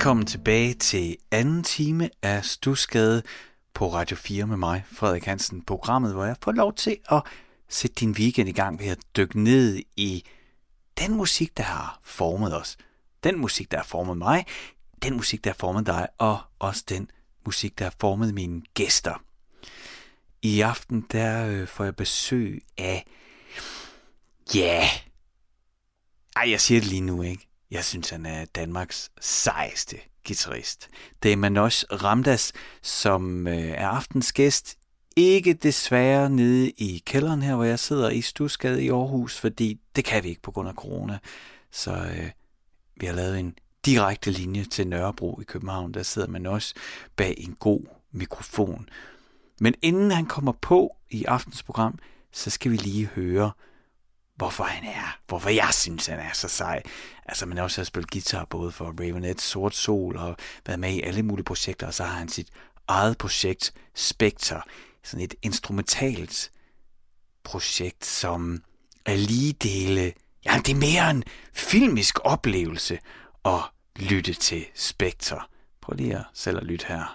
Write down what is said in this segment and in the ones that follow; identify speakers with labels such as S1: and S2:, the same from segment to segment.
S1: Velkommen tilbage til anden time af Studsgade på Radio 4 med mig, Frederik Hansen. Programmet, hvor jeg får lov til at sætte din weekend i gang ved at dykke ned i den musik, der har formet os. Den musik, der har formet mig. Den musik, der har formet dig. Og også den musik, der har formet mine gæster. I aften, der får jeg besøg af... jeg siger det lige nu, ikke? Jeg synes, han er Danmarks sejeste guitarist. Det er Manoj Ramdas, som er aftens gæst. Ikke desværre nede i kælderen her, hvor jeg sidder i Studsgade i Aarhus, fordi det kan vi ikke på grund af corona. Så vi har lavet en direkte linje til Nørrebro i København. Der sidder Manoj bag en god mikrofon. Men inden han kommer på i aftens program, så skal vi lige høre, hvorfor jeg synes, han er så sej. Altså, man har også spillet guitar både for Ravenet, Sort Sol og været med i alle mulige projekter, og så har han sit eget projekt, Spectre. Sådan et instrumentalt projekt, som er lige dele... Ja, det er mere en filmisk oplevelse at lytte til Spectre. Prøv lige at selv at lytte her.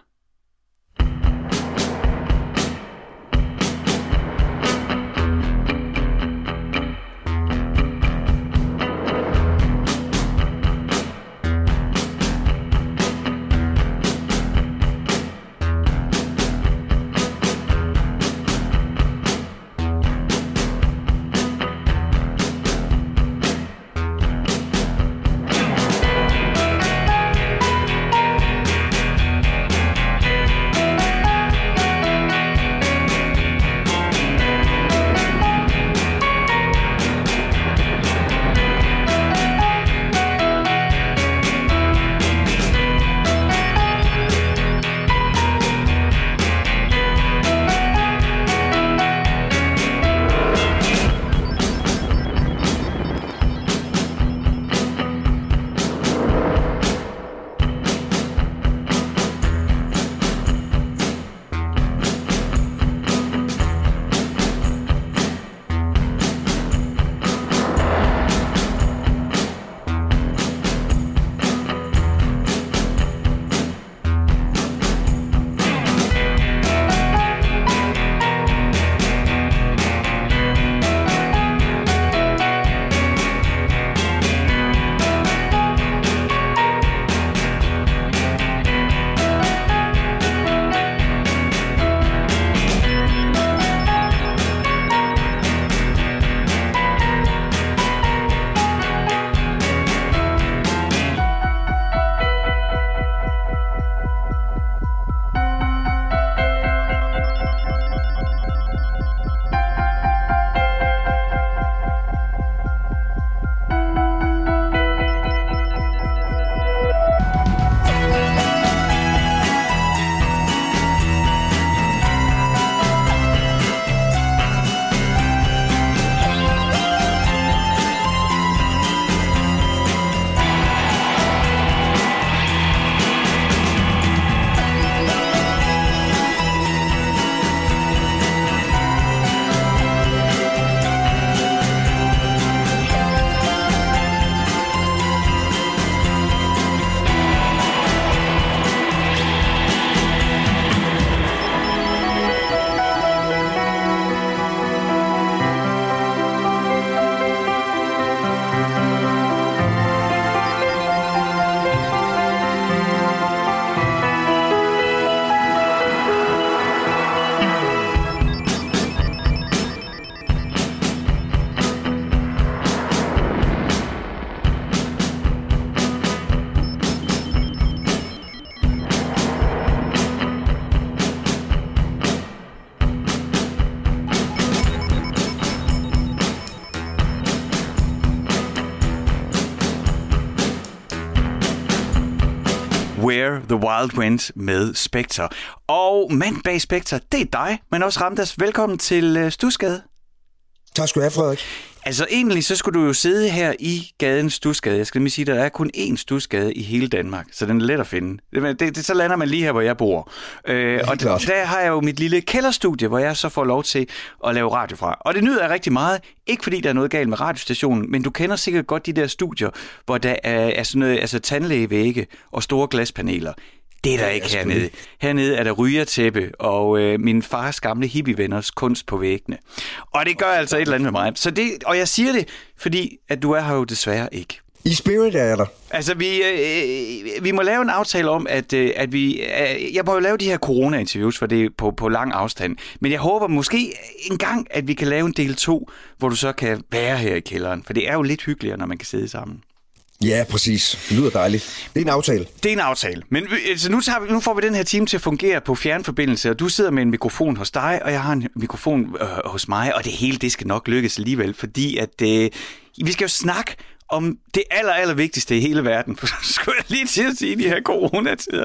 S1: Where the Wild Went med Spectre. Og mand bag Spectre, det er dig, men også Ramdas. Velkommen til Studsgade.
S2: Tak skal du have, Frederik.
S1: Altså egentlig så skulle du jo sidde her i gaden Studsgade. Jeg skal lige sige, der er kun én Studsgade i hele Danmark, så den er let at finde. Så lander man lige her, hvor jeg bor. Og der har jeg jo mit lille kælderstudie, hvor jeg så får lov til at lave radio fra. Og det nyder jeg rigtig meget. Ikke fordi der er noget galt med radiostationen, men du kender sikkert godt de der studier, hvor der er sådan noget, altså tandlægevægge og store glaspaneler. Det er der ikke hernede. Hernede er der rygertæppe og min fars gamle hippievenners kunst på væggene. Og det gør altså et eller andet med mig. Så det, og jeg siger det, fordi at du er her jo desværre ikke.
S2: I spirit er jeg der.
S1: Altså, vi må lave en aftale om, at jeg må jo lave de her corona-interviews, for det er på lang afstand. Men jeg håber måske en gang, at vi kan lave en del 2, hvor du så kan være her i kælderen. For det er jo lidt hyggeligere, når man kan sidde sammen.
S2: Ja, præcis. Det lyder dejligt. Det er en aftale.
S1: Det er en aftale. Men altså, nu får vi den her time til at fungere på fjernforbindelse, og du sidder med en mikrofon hos dig, og jeg har en mikrofon hos mig, og det hele, det skal nok lykkes alligevel, fordi at vi skal jo snakke om det aller vigtigste i hele verden. Skulle jeg lige til at sige de her coronatider.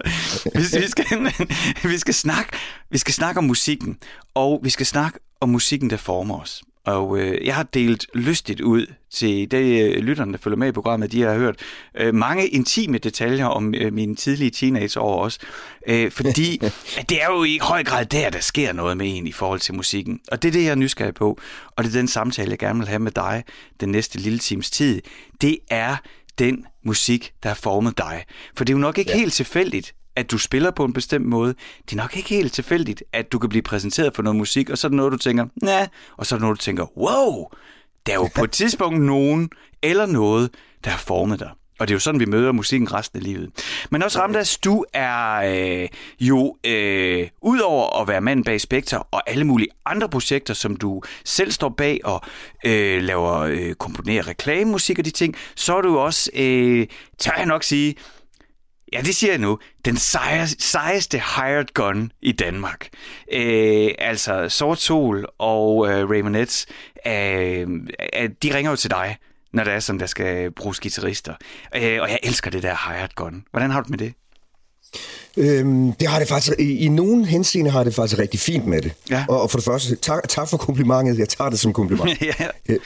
S1: Vi skal snakke om musikken, og vi skal snakke om musikken, der former os. Og jeg har delt lystigt ud til de lytterne, der følger med i programmet. De har hørt mange intime detaljer om mine tidlige teenageår også. Fordi det er jo i høj grad der sker noget med en i forhold til musikken. Og det er det, jeg er nysgerrig på. Og det er den samtale, jeg gerne vil have med dig den næste lille times tid. Det er den musik, der har formet dig. For det er jo nok ikke helt tilfældigt, at du spiller på en bestemt måde. Det er nok ikke helt tilfældigt, at du kan blive præsenteret for noget musik, og så er det noget, du tænker, nej, og så er det noget, du tænker, wow, der er jo på et tidspunkt nogen eller noget, der har formet dig. Og det er jo sådan, vi møder musikken resten af livet. Men også Ramdas, du er udover at være manden bag Spekter og alle mulige andre projekter, som du selv står bag og komponerer reklamemusik og de ting, så er du også, tør jeg nok sige, ja, det siger jeg nu. Den sejeste hired gun i Danmark. Altså Sort Sol og Ramonettes, de ringer jo til dig, når det er sådan, der skal bruges guitarister. Og jeg elsker det der hired gun. Hvordan har du det med det?
S2: Det har det faktisk, i nogen henseende har det faktisk rigtig fint med det. Ja. Og for det første, tak for komplimentet. Jeg tager det som kompliment. Ja.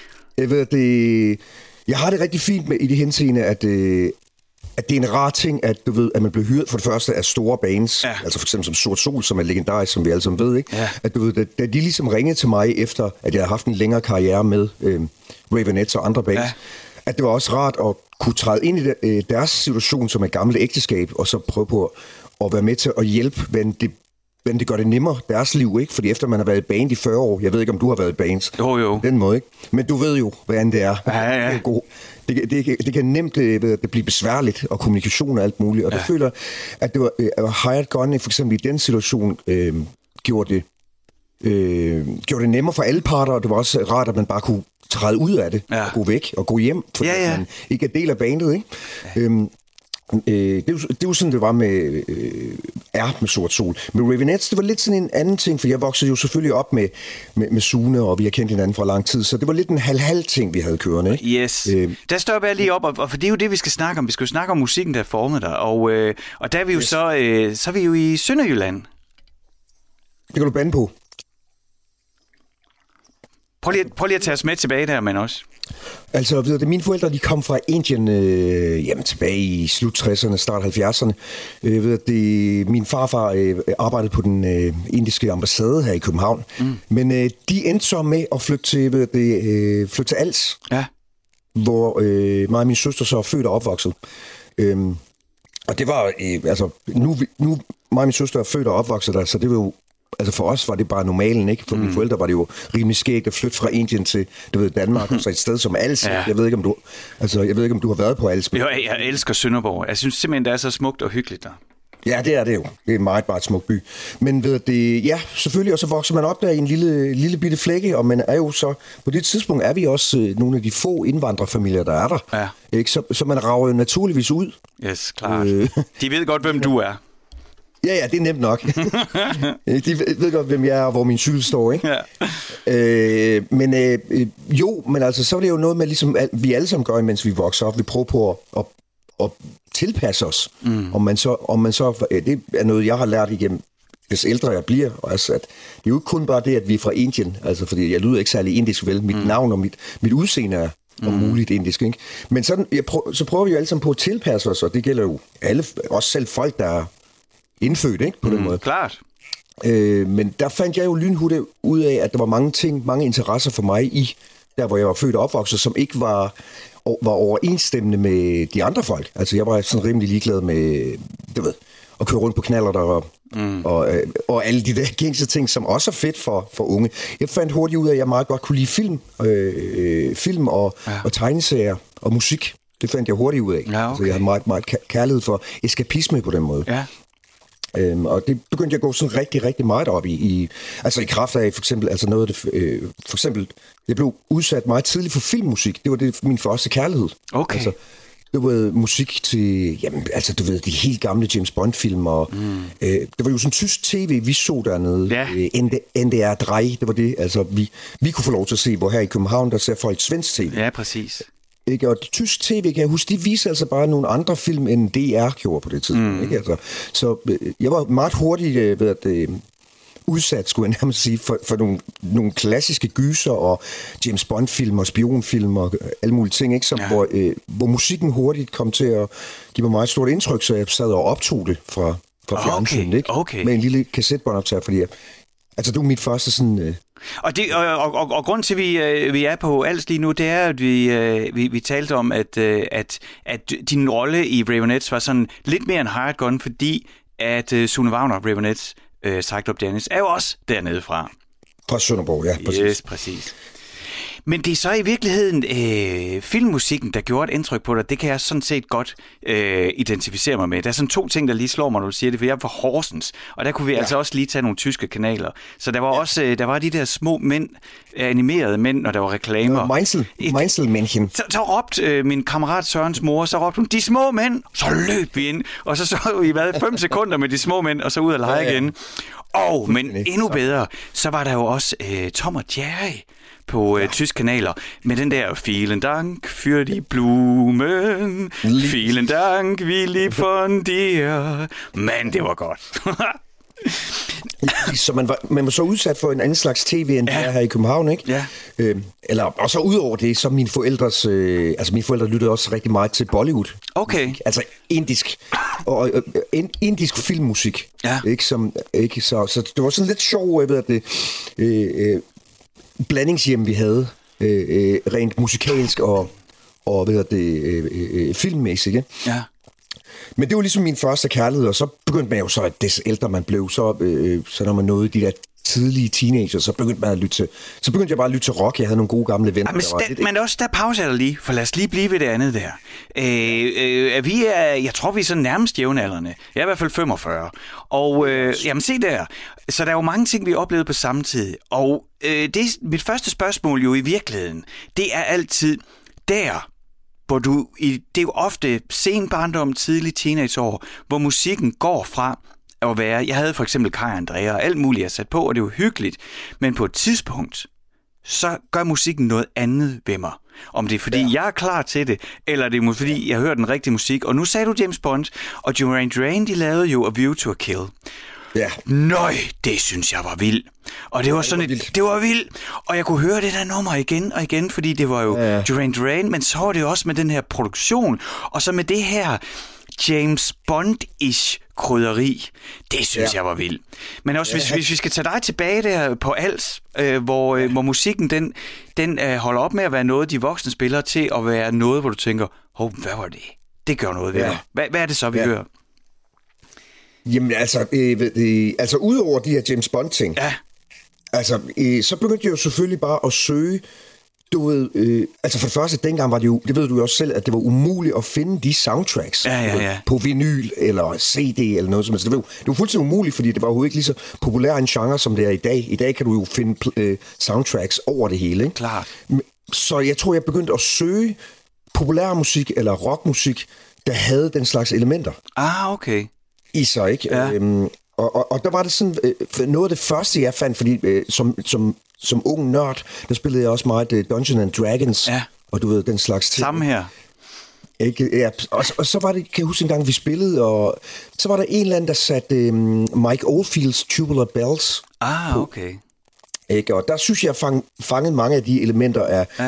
S2: Jeg har det rigtig fint med i det henseende, at det er en rar ting, at du ved, at man bliver hyret for det første af store bands, altså for eksempel som Sort Sol, som er legendarisk, som vi alle sammen ved, ikke? Ja. At du ved, da de ligesom ringede til mig efter, at jeg havde haft en længere karriere med Ravenettes og andre bands, at det var også rart at kunne træde ind i deres situation som et gammelt ægteskab, og så prøve på at være med til at hjælpe, hvordan det gør det nemmere, deres liv, ikke? Fordi efter man har været i band i 40 år, jeg ved ikke, om du har været i bands.
S1: Jo.
S2: Den måde, ikke? Men du ved jo, hvordan det er. Ja. Det kan nemt blive besværligt, og kommunikation og alt muligt. Og der føler at det var hired gun, for eksempel i den situation, gjorde det nemmere for alle parter, og det var også rart, at man bare kunne træde ud af det, og gå væk, og gå hjem, fordi man ikke er del af bandet, ikke? Ja. Det er jo sådan, det var med med Sort Sol. Med Ravenettes, det var lidt sådan en anden ting, for jeg voksede jo selvfølgelig op med Sune, og vi har kendt hinanden for lang tid, så det var lidt en halv ting, vi havde kørende, ikke?
S1: Yes. Der stopper jeg lige op, og for det er jo det, vi skal snakke om. Vi skal jo snakke om musikken, der formede dig, og der er vi jo så er vi jo i Sønderjylland.
S2: Det kan du bande på.
S1: Prøv lige at tage os med tilbage der, men også.
S2: Altså, mine forældre, de kom fra Indien tilbage i slut 60'erne, start 70'erne. Min farfar arbejdede på den indiske ambassade her i København. Men de endte så med at flytte til Als, hvor mig og min søster så er født og opvokset. Og det var, nu mig og min søster er født og opvokset der, så det var jo, altså for os var det bare normalen, ikke? For mine forældre var det jo rimelig skægt at flytte fra Indien til, Danmark, og så et sted som Als. Ja. Jeg ved ikke, om du har været på Als.
S1: Jo, jeg elsker Sønderborg. Jeg synes simpelthen, det er så smukt og hyggeligt der.
S2: Ja, det er det jo. Det er meget bare et smukt by. Men selvfølgelig, og så vokser man op der i en lille bitte flække, og man er jo så, på det tidspunkt er vi også nogle af de få indvandrerfamilier, der er der. Ja. Ikke? Så man rager jo naturligvis ud.
S1: Yes, klart. De ved godt, hvem du er.
S2: Ja, det er nemt nok. De ved godt, hvem jeg er, og hvor min cykel står, ikke? Ja. Men altså, så er det jo noget med, ligesom vi alle sammen gør, mens vi vokser op. Vi prøver på at tilpasse os. Om man så, det er noget, jeg har lært igennem des ældre jeg bliver, og altså, at det er jo ikke kun bare det, at vi er fra Indien, altså, fordi jeg lyder ikke særlig indisk vel. Mit navn og mit udseende er om muligt indisk, ikke? Men sådan, så prøver vi jo alle sammen på at tilpasse os, og det gælder jo alle, også selv folk, der er indfødt, ikke? På den måde.
S1: Klart.
S2: Men der fandt jeg jo lynhurtigt ud af, at der var mange interesser for mig der hvor jeg var født og opvokset, som ikke var overensstemmende med de andre folk. Altså jeg var sådan rimelig ligeglad med, at køre rundt på knallerter og alle de der gængse ting, som også er fedt for unge. Jeg fandt hurtigt ud af, at jeg meget godt kunne lide film og tegneserier og musik. Det fandt jeg hurtigt ud af. Ja, okay. Altså, jeg havde meget, meget kærlighed for eskapisme på den måde. Ja. Og det begyndte jeg at gå sådan rigtig, rigtig meget op i kraft af for eksempel, altså noget af det, for eksempel, jeg blev udsat meget tidligt for filmmusik. Det var min første kærlighed. Okay. Altså, det var musik til, de helt gamle James Bond-film, og det var jo sådan tysk tv, vi så dernede. Ja. NDR Drei, det var det. Altså, vi kunne få lov til at se, hvor her i København, der ser folk svensk tv.
S1: Ja, præcis.
S2: Ikke? Og tysk tv, kan jeg huske, de viser altså bare nogle andre film, end DR gjorde på det tidspunkt. Ikke? Altså, så jeg var meget hurtigt udsat, skulle jeg nærmest sige, for nogle klassiske gyser og James Bond-film og spionfilm og alle mulige ting, ikke? Så, hvor musikken hurtigt kom til at give mig meget stort indtryk, så jeg sad og optog det fra fjernsynet, ikke? Okay. Med en lille kassettebåndoptager, fordi det var mit første sådan...
S1: Og grund til, vi er på Als lige nu, det er, at vi talte om, at din rolle i Raveonettes var sådan lidt mere en hired gun, fordi at Sune Wagner, Raveonettes, Psyched Up Janis, er jo også dernede fra.
S2: Fra Sønderborg, ja, præcis.
S1: Yes, præcis. Men det er så i virkeligheden filmmusikken, der gjorde et indtryk på dig. Det kan jeg sådan set godt identificere mig med. Der er sådan 2 ting, der lige slår mig, når du siger det, for jeg er fra Horsens, og der kunne vi altså også lige tage nogle tyske kanaler. Så der var også der var de der små mænd, animerede mænd, når der var reklamer.
S2: Meinzelmännchen.
S1: Så råbte min kammerat Sørens mor, så råbte hun, de små mænd! Så løb vi ind, og så vi 5 sekunder med de små mænd, og så ud og lege igen. Men endnu bedre, så var der jo også Tom og Jerry på tysk kanaler, med den der Vielen Dank für die Blumen, Vielen Dank, wie lieb von dir. Men det var godt.
S2: Så man var så udsat for en anden slags tv end her i København, ikke? Ja. Og så udover det, så mine forældre lyttede også rigtig meget til Bollywood.
S1: Okay.
S2: Altså indisk og indisk filmmusik. Ja. Ikke så det var sådan lidt sjov, jeg ved at det blandingshjem vi havde rent musikalsk og filmmæssigt, ikke? Ja. Men det var ligesom min første kærlighed, og så begyndte man jo så, at des ældre man blev, så når man nåede de der tidlige teenager, så begyndte jeg bare at lytte til rock. Jeg havde nogle gode gamle venner.
S1: Men også der pauser jeg lige, for lad os lige blive ved det andet der. Jeg tror vi er så nærmest jævnaldrende. Jeg er i hvert fald 45. Og jamen se der. Så der er jo mange ting, vi oplevede på samme tid. Og mit første spørgsmål jo i virkeligheden, det er altid der, hvor det er jo ofte sen barndom, tidlig teenageår, hvor musikken går fra at være, jeg havde for eksempel Kaj Andrea og alt muligt, jeg sat på, og det var hyggeligt, men på et tidspunkt, så gør musikken noget andet ved mig. Om det er fordi, jeg er klar til det, eller det er fordi, jeg hører den rigtige musik. Og nu sagde du James Bond, og Duran Duran, de lavede jo A View to a Kill. Ja. Nøj, det synes jeg var vildt. Og det var sådan det var vildt. Og jeg kunne høre det der nummer igen og igen, fordi det var jo Duran Duran, men så var det også med den her produktion, og så med det her James Bond-ish krydderi. Det synes jeg var vildt. Men også hvis vi skal tage dig tilbage der på Als, hvor musikken den holder op med at være noget, de voksne spiller, til at være noget, hvor du tænker, hvad var det? Det gør noget ved mig. Hvad er det så, vi hører?
S2: Jamen altså udover de her James Bond-ting, så begyndte jeg jo selvfølgelig bare at søge. Du ved, for det første, dengang var det jo, det ved du jo også selv, at det var umuligt at finde de soundtracks på vinyl eller CD eller noget som helst. Det var fuldstændig umuligt, fordi det var jo ikke lige så populær en genre, som det er i dag. I dag kan du jo finde soundtracks over det hele, ikke? Klart. Så jeg tror, jeg begyndte at søge populærmusik eller rockmusik, der havde den slags elementer.
S1: Okay.
S2: I sig, ikke? Ja. Og der var det sådan, noget af det første, jeg fandt, fordi som ung nørd, der spillede jeg også meget Dungeons and Dragons, og du ved, den slags ting.
S1: Samme her.
S2: Ikke? Ja, og så var det, kan jeg huske en gang, vi spillede, og så var der en eller anden, der satte Mike Oldfields Tubular Bells på.
S1: Okay.
S2: Ikke? Og der synes jeg, fangede mange af de elementer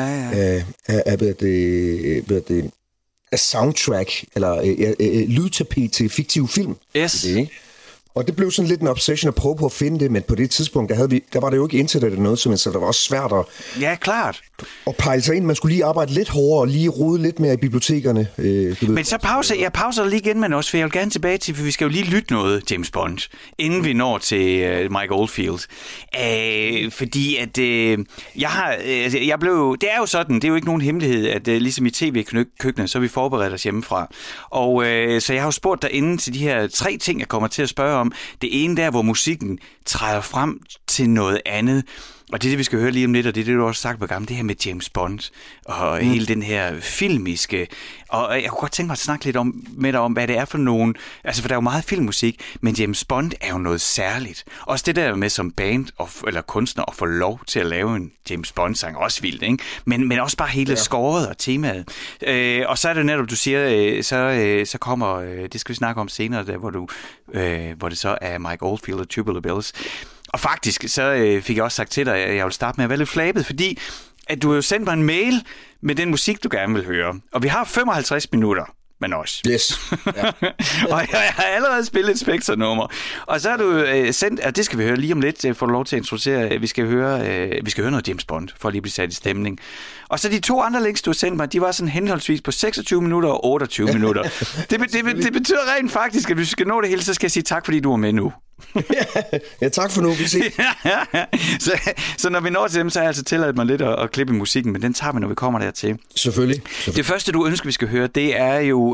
S2: af soundtrack, eller lydtapet til fiktive film.
S1: Yes.
S2: Det, ikke? Og det blev sådan lidt en obsession at prøve på at finde det, men på det tidspunkt, der var det jo ikke internet eller noget, så det var også svært
S1: klart.
S2: at pejle sig ind. Man skulle lige arbejde lidt hårdere og lige rode lidt mere i bibliotekerne.
S1: Men så pauser lige igen, men også, for jeg vil gerne tilbage til, for vi skal jo lige lytte noget, James Bond, inden vi når til Mike Oldfield. Fordi at jeg blev... Det er jo sådan, det er jo ikke nogen hemmelighed, at ligesom i tv-køkkenet, så er vi forberedt os hjemmefra. Og så jeg har jo spurgt derinde til de her 3 ting, jeg kommer til at spørge om. Det ene der, hvor musikken træder frem til noget andet. Og det er det, vi skal høre lige om lidt, og det er det, du også sagt på gammel, det her med James Bond, og hele den her filmiske. Og jeg kunne godt tænke mig at snakke lidt med dig om, hvad det er for nogen... Altså, for der er jo meget filmmusik, men James Bond er jo noget særligt. Også det der med som band eller kunstner at få lov til at lave en James Bond-sang, også vildt, ikke? Men også bare hele scoret og temaet. Og så er det netop, du siger, så kommer... det skal vi snakke om senere, der, hvor det så er Mike Oldfield og Tubular Bells. Og faktisk, så fik jeg også sagt til dig, at jeg vil starte med at være lidt flabet, fordi at du har jo sendt mig en mail med den musik, du gerne vil høre. Og vi har 55 minutter, men også.
S2: Yes. Ja.
S1: Og jeg har allerede spillet et Spectre-nummer. Og så har du sendt, og det skal vi høre lige om lidt, får du lov til at introducere, vi skal høre noget James Bond, for at lige blive sat i stemning. Og så de 2 andre links, du har sendt mig, de var sådan henholdsvis på 26 minutter og 28 minutter. Det betyder rent faktisk, at hvis vi skal nå det hele, så skal jeg sige tak, fordi du er med nu.
S2: Ja, tak for nu, vi ses.
S1: Så når vi når til dem, så har jeg altså tilladt mig lidt at klippe musikken, men den tager vi, når vi kommer dertil.
S2: Selvfølgelig.
S1: Det første, du ønsker, vi skal høre, det er jo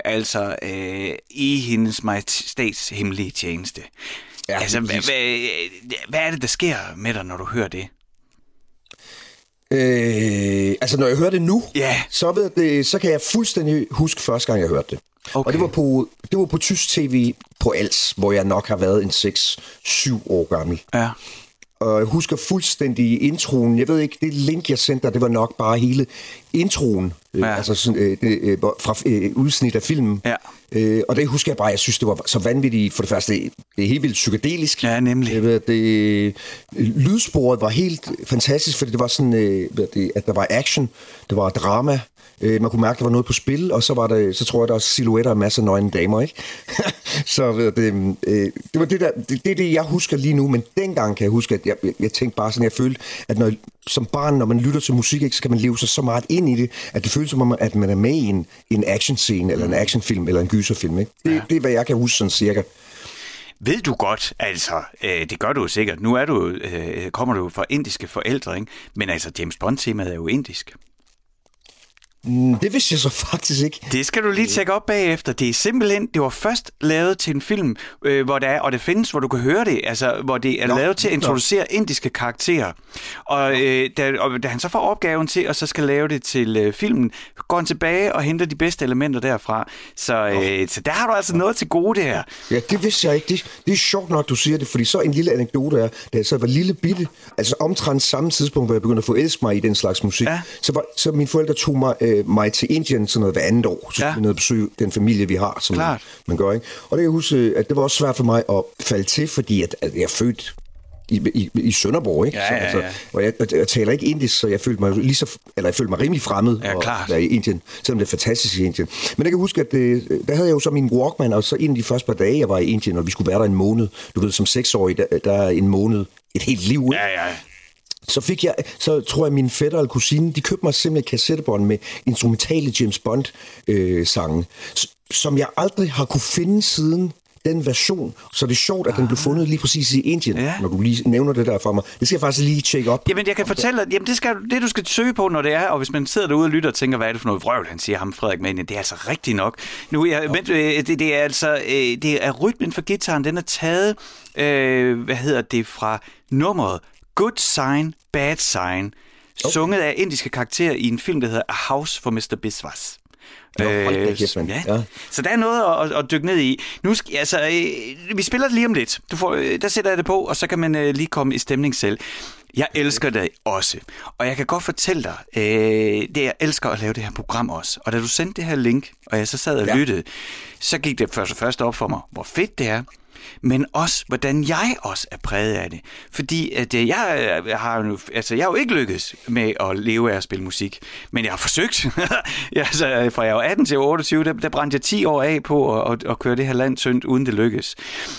S1: i hendes majestæts hemmelige tjeneste. Ja, altså, hvad er det, der sker med dig, når du hører det?
S2: Altså, når jeg hører det nu, så kan jeg fuldstændig huske første gang, jeg hørte det. Okay. Og det var på tysk tv på Als, hvor jeg nok har været en 6-7 år gammel. Ja. Og jeg husker fuldstændig introen. Jeg ved ikke, det link, jeg sendte dig, det var nok bare hele introen. Altså sådan, fra udsnit af filmen. Ja. Og det husker jeg bare, jeg synes, det var så vanvittigt. For det første, det er helt vildt psykedelisk.
S1: Ja, nemlig.
S2: Lydsporet var helt fantastisk, fordi det var sådan, at der var action, der var drama. Man kunne mærke, der var noget på spil, og så tror jeg, der var silhuetter af masser af nøgne damer, ikke? Så det var det der, det er det, jeg husker lige nu, men dengang kan jeg huske, at jeg tænkte bare sådan, jeg følte, at som barn, når man lytter til musik, ikke, så kan man leve sig så meget ind i det, at det føles som om, at man er med i en actionscene, eller en actionfilm, eller en gyserfilm, ikke? Det er, hvad jeg kan huske sådan cirka.
S1: Ved du godt, altså, det gør du jo sikkert, nu er du, kommer du fra indiske forældre, ikke? Men altså, James Bond-temaet er jo indisk.
S2: Det vidste jeg så faktisk ikke.
S1: Det skal du lige tjekke op bagefter. Det er simpelthen, det var først lavet til en film, hvor det er, og det findes, hvor du kan høre det, altså, hvor det er lavet til at introducere indiske karakterer. Og da han så får opgaven til, og så skal lave det til filmen, går han tilbage og henter de bedste elementer derfra. Så der har du altså noget til gode der. Ja,
S2: det vidste jeg ikke. Det er sjovt nok, du siger det, fordi så en lille anekdote er, da jeg så var lille bitte, altså omtrent samme tidspunkt, hvor jeg begyndte at forelske mig i den slags musik, så mine forældre tog mig til Indien sådan noget hver andet år, så skulle noget besøge den familie, vi har, som man gør, ikke? Og det kan jeg huske, at det var også svært for mig at falde til, fordi at jeg er født i Sønderborg, ikke?
S1: Ja.
S2: Så, og jeg taler ikke indisk, så jeg følte mig rimelig fremmed at være i Indien, selvom det er fantastisk i Indien. Men jeg kan huske, at der havde jeg jo så min Walkman, og så en af de første par dage, jeg var i Indien, og vi skulle være der en måned. Du ved, som 6-årig, der er en måned et helt liv, ikke?
S1: Ja.
S2: Så tror jeg, min fætter eller kusine, de købte mig simpelthen kassettebånd med instrumentale James Bond-sange, som jeg aldrig har kunne finde siden den version. Så det er sjovt, at den blev fundet lige præcis i Indien, når du lige nævner det der for mig. Det skal jeg faktisk lige tjekke op.
S1: Jamen, jeg kan fortælle dig, det du skal søge på, når det er, og hvis man sidder derude og lytter og tænker, hvad er det for noget vrøvl, han siger ham, Frederik Manien, det er altså rigtigt nok. Nu, det er altså, det er rytmen for gitaren, den er taget, fra nummeret Good Sign, Bad Sign, sunget af indiske karakterer i en film, der hedder A House for Mr. Biswas. Så der er noget at dykke ned i. Nu vi spiller det lige om lidt. Der sætter jeg det på, og så kan man lige komme i stemning selv. Jeg elsker det også. Og jeg kan godt fortælle dig, jeg elsker at lave det her program også. Og da du sendte det her link, og jeg så sad og lyttede, så gik det først op for mig, hvor fedt det er. Men også, hvordan jeg også er præget af det. Fordi at jeg har jo ikke lykkes med at leve af at spille musik. Men jeg har forsøgt. Fra jeg var 18 til 28, der brændte jeg 10 år af på at køre det her land tyndt, uden det lykkes.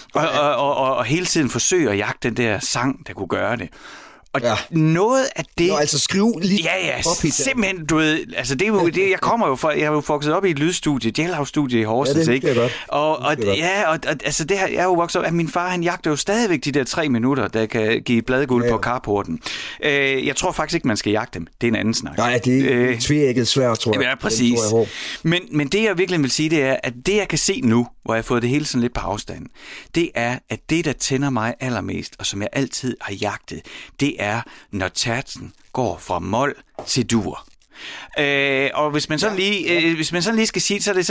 S1: Og hele tiden forsøge at jagte den der sang, der kunne gøre det. Og noget af det...
S2: Nå, altså skriv lige
S1: op i det. Simpelthen, du ved... Altså, det er jo det, jeg kommer jo fra... Jeg har jo vokset op i et lydstudie, Jailhouse-studie i Horsens, ikke?
S2: Det er
S1: godt. Altså, det her, jeg er jo vokset op... At min far, han jagter jo stadigvæk de der 3 minutter, der kan give bladguld på carporten. Jeg tror faktisk ikke, man skal jagte dem. Det er en anden snak.
S2: Nej, det er tvækket svært, tror jeg.
S1: Ja, præcis. Men det, jeg virkelig vil sige, det er, at det, jeg kan se nu, hvor jeg har fået det hele sådan lidt på afstand, det er, at det, der tænder mig allermest, og som jeg altid har jagtet, det er, når tertsen går fra mol til dur. Og hvis man sådan lige skal sige, så er det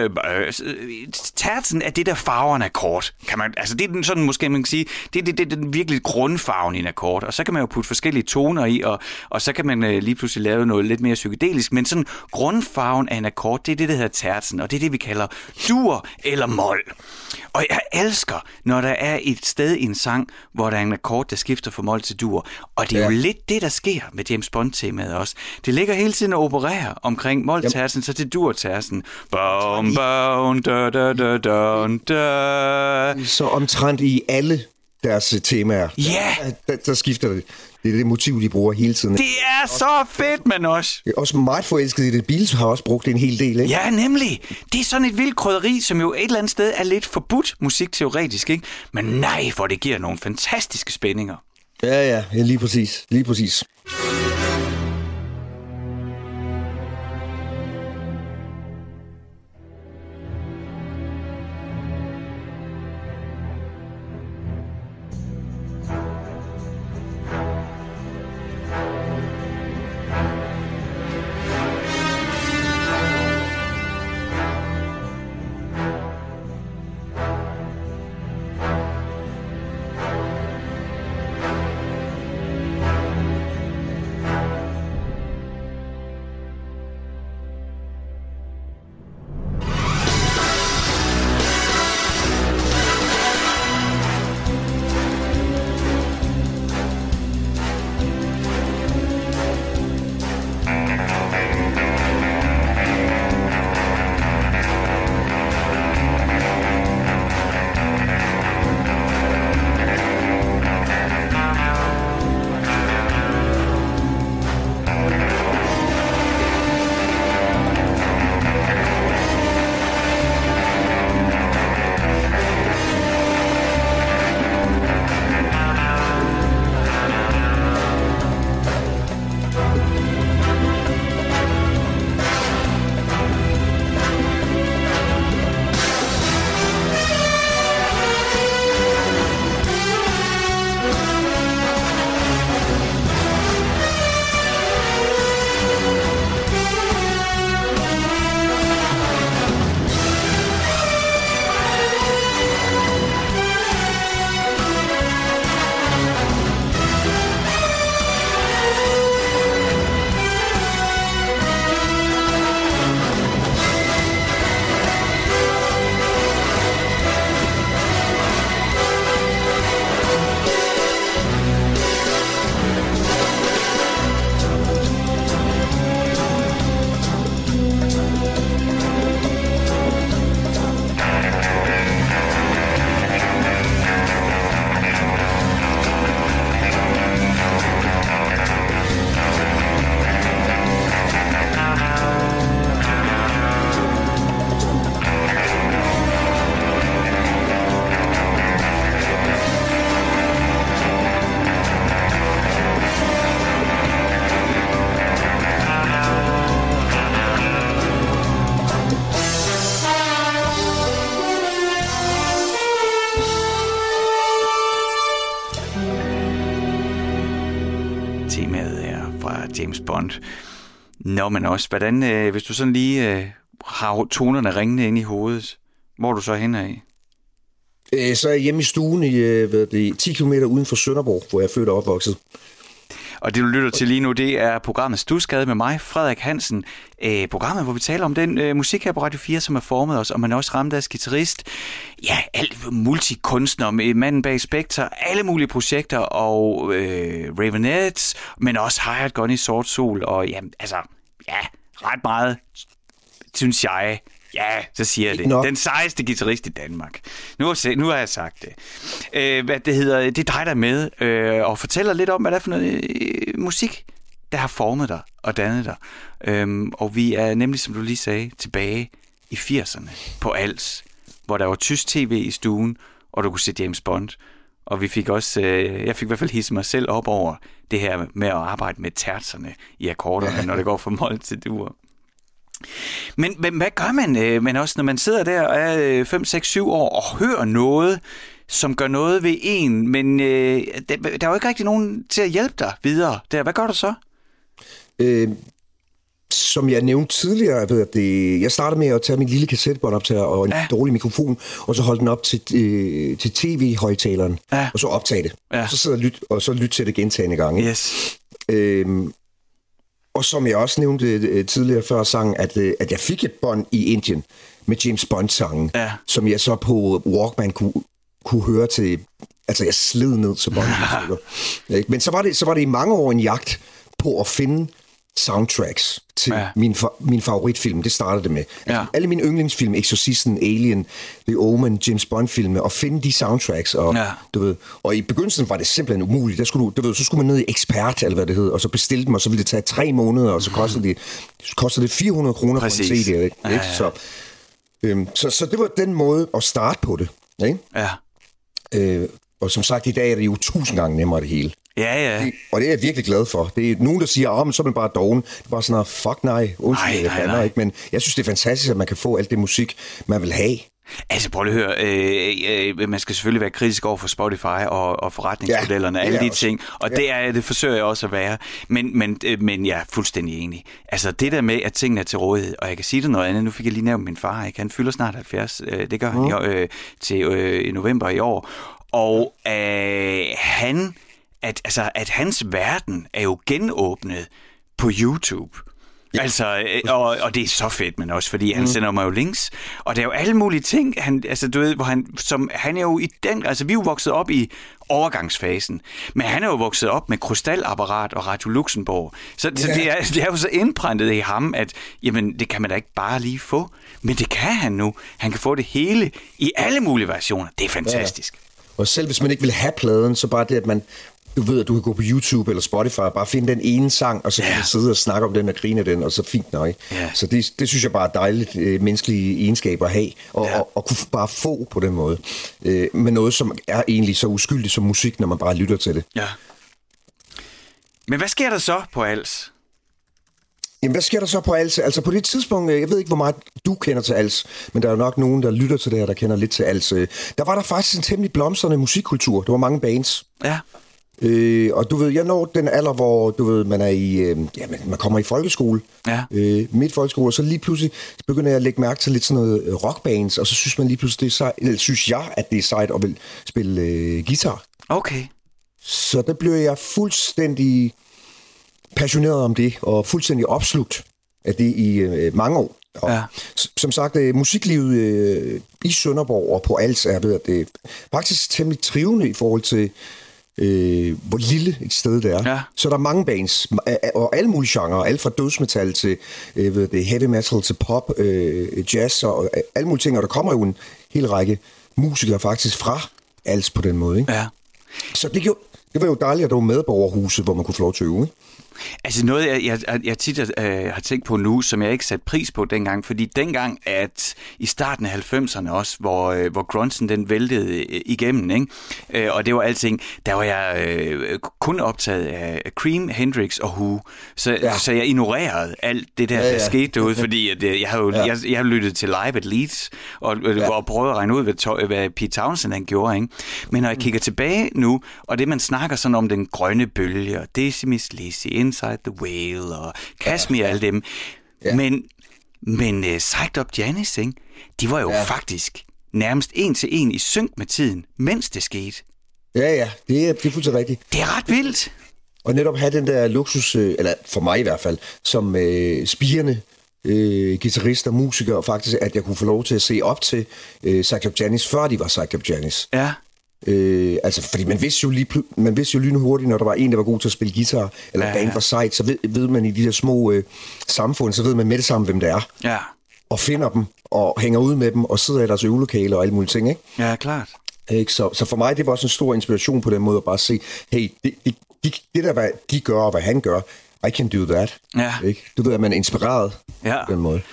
S1: tertsen er det der farver en akkord, kan man, altså det er den sådan måske man kan sige, det er den virkelig grundfarven i en akkord, og så kan man jo putte forskellige toner i, og så kan man lige pludselig lave noget lidt mere psykedelisk, men sådan grundfarven af en akkord, det er det der hedder tertsen, og det er det vi kalder dur eller mol. Og jeg elsker, når der er et sted i en sang, hvor der er en akkord, der skifter fra mol til dur, og det er jo lidt det, der sker med James Bond-temaet også. Det ligger hele tiden og opererer omkring mol-tersen, så til dur-tersen. Bum, bum, da, da, da, da, da.
S2: Så omtrent i alle deres temaer, der skifter det. Det er det motiv, de bruger hele tiden.
S1: Det er så fedt, man også.
S2: Det er også meget forelsket i det. Beatles har også brugt det en hel del, ikke?
S1: Ja, nemlig. Det er sådan et vildt krydderi, som jo et eller andet sted er lidt forbudt musikteoretisk, ikke? Men nej, for det giver nogle fantastiske spændinger.
S2: Ja, lige præcis. Lige præcis.
S1: Temaet er fra James Bond. Nå, men også, hvordan, hvis du sådan lige har tonerne ringende inde i hovedet, hvor er du så hen af?
S2: Så er jeg hjemme i stuen i 10 km uden for Sønderborg, hvor jeg er født og opvokset.
S1: Og det, du lytter til lige nu, det er programmet Studsgade med mig, Frederik Hansen. Programmet, hvor vi taler om den musik her på Radio 4, som har formet os, og man også Ramdas guitarist. Ja, alt multikunstner, manden bag Spectre, alle mulige projekter, og Ravenettes, men også Hired Gun i Sort Sol, og ret meget, synes jeg. Ja, så siger jeg det. Den sejeste guitarist i Danmark. Nu har jeg sagt det. Hvad det hedder, det er dig, der er med, og fortæller lidt om, hvad det er for noget musik, der har formet dig og dannet dig. Og vi er nemlig, som du lige sagde, tilbage i 80'erne på Als, hvor der var tysk tv i stuen, og du kunne se James Bond. Og vi fik også, jeg fik i hvert fald hisse mig selv op over det her med at arbejde med tertserne i akkorderne, når det går fra mol til dur. Men hvad gør man, men også når man sidder der og er 5, 6, 7 år og hører noget, som gør noget ved en, men der er jo ikke rigtig nogen til at hjælpe dig videre der. Hvad gør du så?
S2: Som jeg nævnte tidligere, jeg startede med at tage min lille kassettebåndoptager og en dårlig mikrofon, og så holde den op til tv-højtaleren, og så optage det. Og så sidde og lytte til det gentagne gange.
S1: Yes.
S2: Og som jeg også nævnte tidligere før sangen, at jeg fik et bånd i Indien med James Bond-sangen, som jeg så på Walkman kunne høre til. Altså, jeg sled ned til båndet. Men så var det i mange år en jagt på at finde soundtracks til min favoritfilm. Det startede det med. Altså, alle mine yndlingsfilm, Exorcisten, Alien, The Omen, James Bond-filme, og finde de soundtracks. Og, du ved, og i begyndelsen var det simpelthen umuligt. Der skulle så skulle man ned i Ekspert, eller hvad det hed, og så bestille dem, og så ville det tage 3 måneder, og så kostede det 400 kroner på en CD. Ikke? Så det var den måde at starte på det. Ikke? Ja. Og som sagt, i dag er det jo 1000 gange nemmere det hele.
S1: Ja.
S2: Og det er jeg virkelig glad for. Det er nogen, der siger, men så er man bare doven. Det er bare sådan noget, fuck nej, undskyld, jeg blander ikke. Men jeg synes, det er fantastisk, at man kan få alt det musik, man vil have.
S1: Altså prøv at høre, man skal selvfølgelig være kritisk over for Spotify og forretningsmodellerne og alle de ting, og det forsøger jeg også at være, men jeg er fuldstændig enig. Altså det der med, at tingene er til rådighed, og jeg kan sige det noget andet, nu fik jeg lige nævnt min far, ikke? Han fylder snart 70, det gør han til november i år, og at hans verden er jo genåbnet på YouTube. Ja. Altså, og det er så fedt, men også fordi han sender mig jo links, og der er jo alle mulige ting, du ved, hvor han er jo i den, altså vi er jo vokset op i overgangsfasen, men han er jo vokset op med krystalapparat og Radio Luxembourg, så det er jo så indprintet i ham, at jamen, det kan man da ikke bare lige få, men det kan han nu. Han kan få det hele i alle mulige versioner. Det er fantastisk.
S2: Ja. Og selv hvis man ikke vil have pladen, så bare det, at du ved, at du kan gå på YouTube eller Spotify og bare finde den ene sang, og så kan du sidde og snakke om den og grine af den, og så fint nok. Så det synes jeg bare er dejligt menneskelige egenskaber at have, og kunne bare få på den måde. Med noget, som er egentlig så uskyldigt som musik, når man bare lytter til det. Ja.
S1: Men hvad sker der så på Als?
S2: Jamen, hvad sker der så på Als? Altså på det tidspunkt, jeg ved ikke, hvor meget du kender til Als, men der er jo nok nogen, der lytter til det her, der kender lidt til Als. Der var der faktisk en temmelig blomstrende musikkultur. Der var mange bands. Ja. Og du ved, jeg når den alder, hvor du ved, man er i, man kommer i folkeskole, midt folkeskole, og så lige pludselig begynder jeg at lægge mærke til lidt sådan noget rockbands, og så synes man lige pludselig, det er sejt, eller synes jeg, at det er sejt at vil spille guitar. Okay. Så der blev jeg fuldstændig passioneret om det, og fuldstændig opslugt af det i mange år. Og som sagt, musiklivet i Sønderborg og på Als er ved, at det er faktisk temmelig trivende i forhold til hvor lille et sted det er. Så der er mange bands, og alle mulige genrer, alt fra dødsmetal til heavy metal til pop, jazz og alle mulige ting, og der kommer jo en hel række musikere faktisk fra Als på den måde. Ikke? Ja. Så det var jo dejligt, at der var medborgerhuse, hvor man kunne få lov til at øve. Ikke?
S1: Altså noget, jeg tit har tænkt på nu, som jeg ikke satte pris på dengang, fordi dengang, at i starten af 90'erne også, hvor grunchen den væltede igennem, ikke? Og det var alting, der var jeg kun optaget af Cream, Hendrix og Who, så jeg ignorerede alt det der skete derude, fordi at, jeg har lyttet til Live at Leeds, og prøvet at regne ud, hvad Pete Townshend han gjorde, ikke? Men når jeg kigger tilbage nu, og det man snakker sådan om den grønne bølge, og Decimus Lizzy, Inside the Whale og Kashmir og alle dem. Ja. Men Psyched Up Janis, ikke? De var jo faktisk nærmest 1-1 i synk med tiden, mens det skete.
S2: Ja, det er fuldstændig rigtigt.
S1: Det er ret vildt.
S2: Og netop have den der luksus, eller for mig i hvert fald, som spirende guitarist og musiker, og faktisk, at jeg kunne få lov til at se op til Cyclop Janis, før de var Cyclop Janis.
S1: Ja.
S2: Altså, fordi man vidste jo lynhurtigt, når der var en, der var god til at spille guitar, eller band var sejt, så ved man i de der små samfund, så ved man med det samme, hvem det er.
S1: Ja. Og
S2: finder dem, og hænger ud med dem, og sidder i deres øvelokaler og alle mulige ting, ikke?
S1: Ja, klart.
S2: Ikke? Så for mig, det var også en stor inspiration på den måde, at bare se, hey, det der, hvad de gør, og hvad han gør, I can do that.
S1: Ja.
S2: Ikke? Du ved, at man er inspireret på den måde.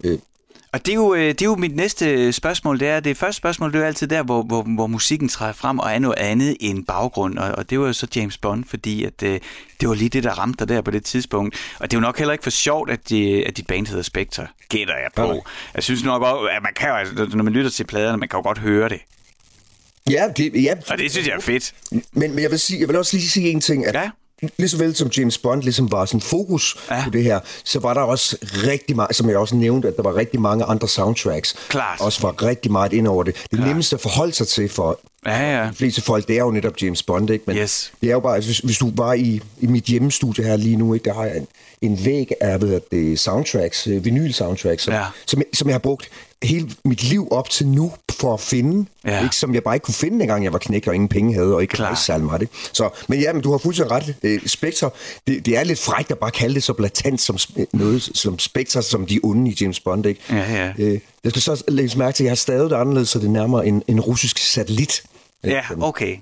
S1: Og det er jo mit næste spørgsmål. Det første spørgsmål, det er jo altid der, hvor musikken træder frem og er noget andet end baggrund. Og det var jo så James Bond, fordi at, det var lige det, der ramte dig der på det tidspunkt. Og det er jo nok heller ikke for sjovt, at dit band hedder Spectre. Gætter jeg på. Okay. Jeg synes nok også, at man kan jo, når man lytter til pladerne, man kan jo godt høre det.
S2: Ja.
S1: Og det synes jeg er fedt.
S2: Men jeg vil også lige sige en ting, at lige så vel som James Bond ligesom var sådan fokus på det her, så var der også rigtig meget, som jeg også nævnte, at der var rigtig mange andre soundtracks.
S1: Klart.
S2: Også var rigtig meget ind over det. Det nemmeste at forholde sig til for de fleste folk, det er jo netop James Bond, ikke? Men det er jo bare, altså, hvis du var i mit hjemmestudie her lige nu, ikke, der har jeg en væg af soundtracks, vinyl-soundtracks, som jeg har brugt hele mit liv op til nu for at finde, ikke, som jeg bare ikke kunne finde, dengang jeg var knæk og ingen penge havde, og ikke rejse særlig meget. Ikke? Så, men du har fuldstændig ret. Spectre, det er lidt frækt at bare kalde det så blatant som noget som Spectre, som de onde i James Bond. Ikke? Jeg skal så lægge mærke til, at jeg har stadig det anderledes, så det er nærmere en russisk satellit.
S1: Ja, okay.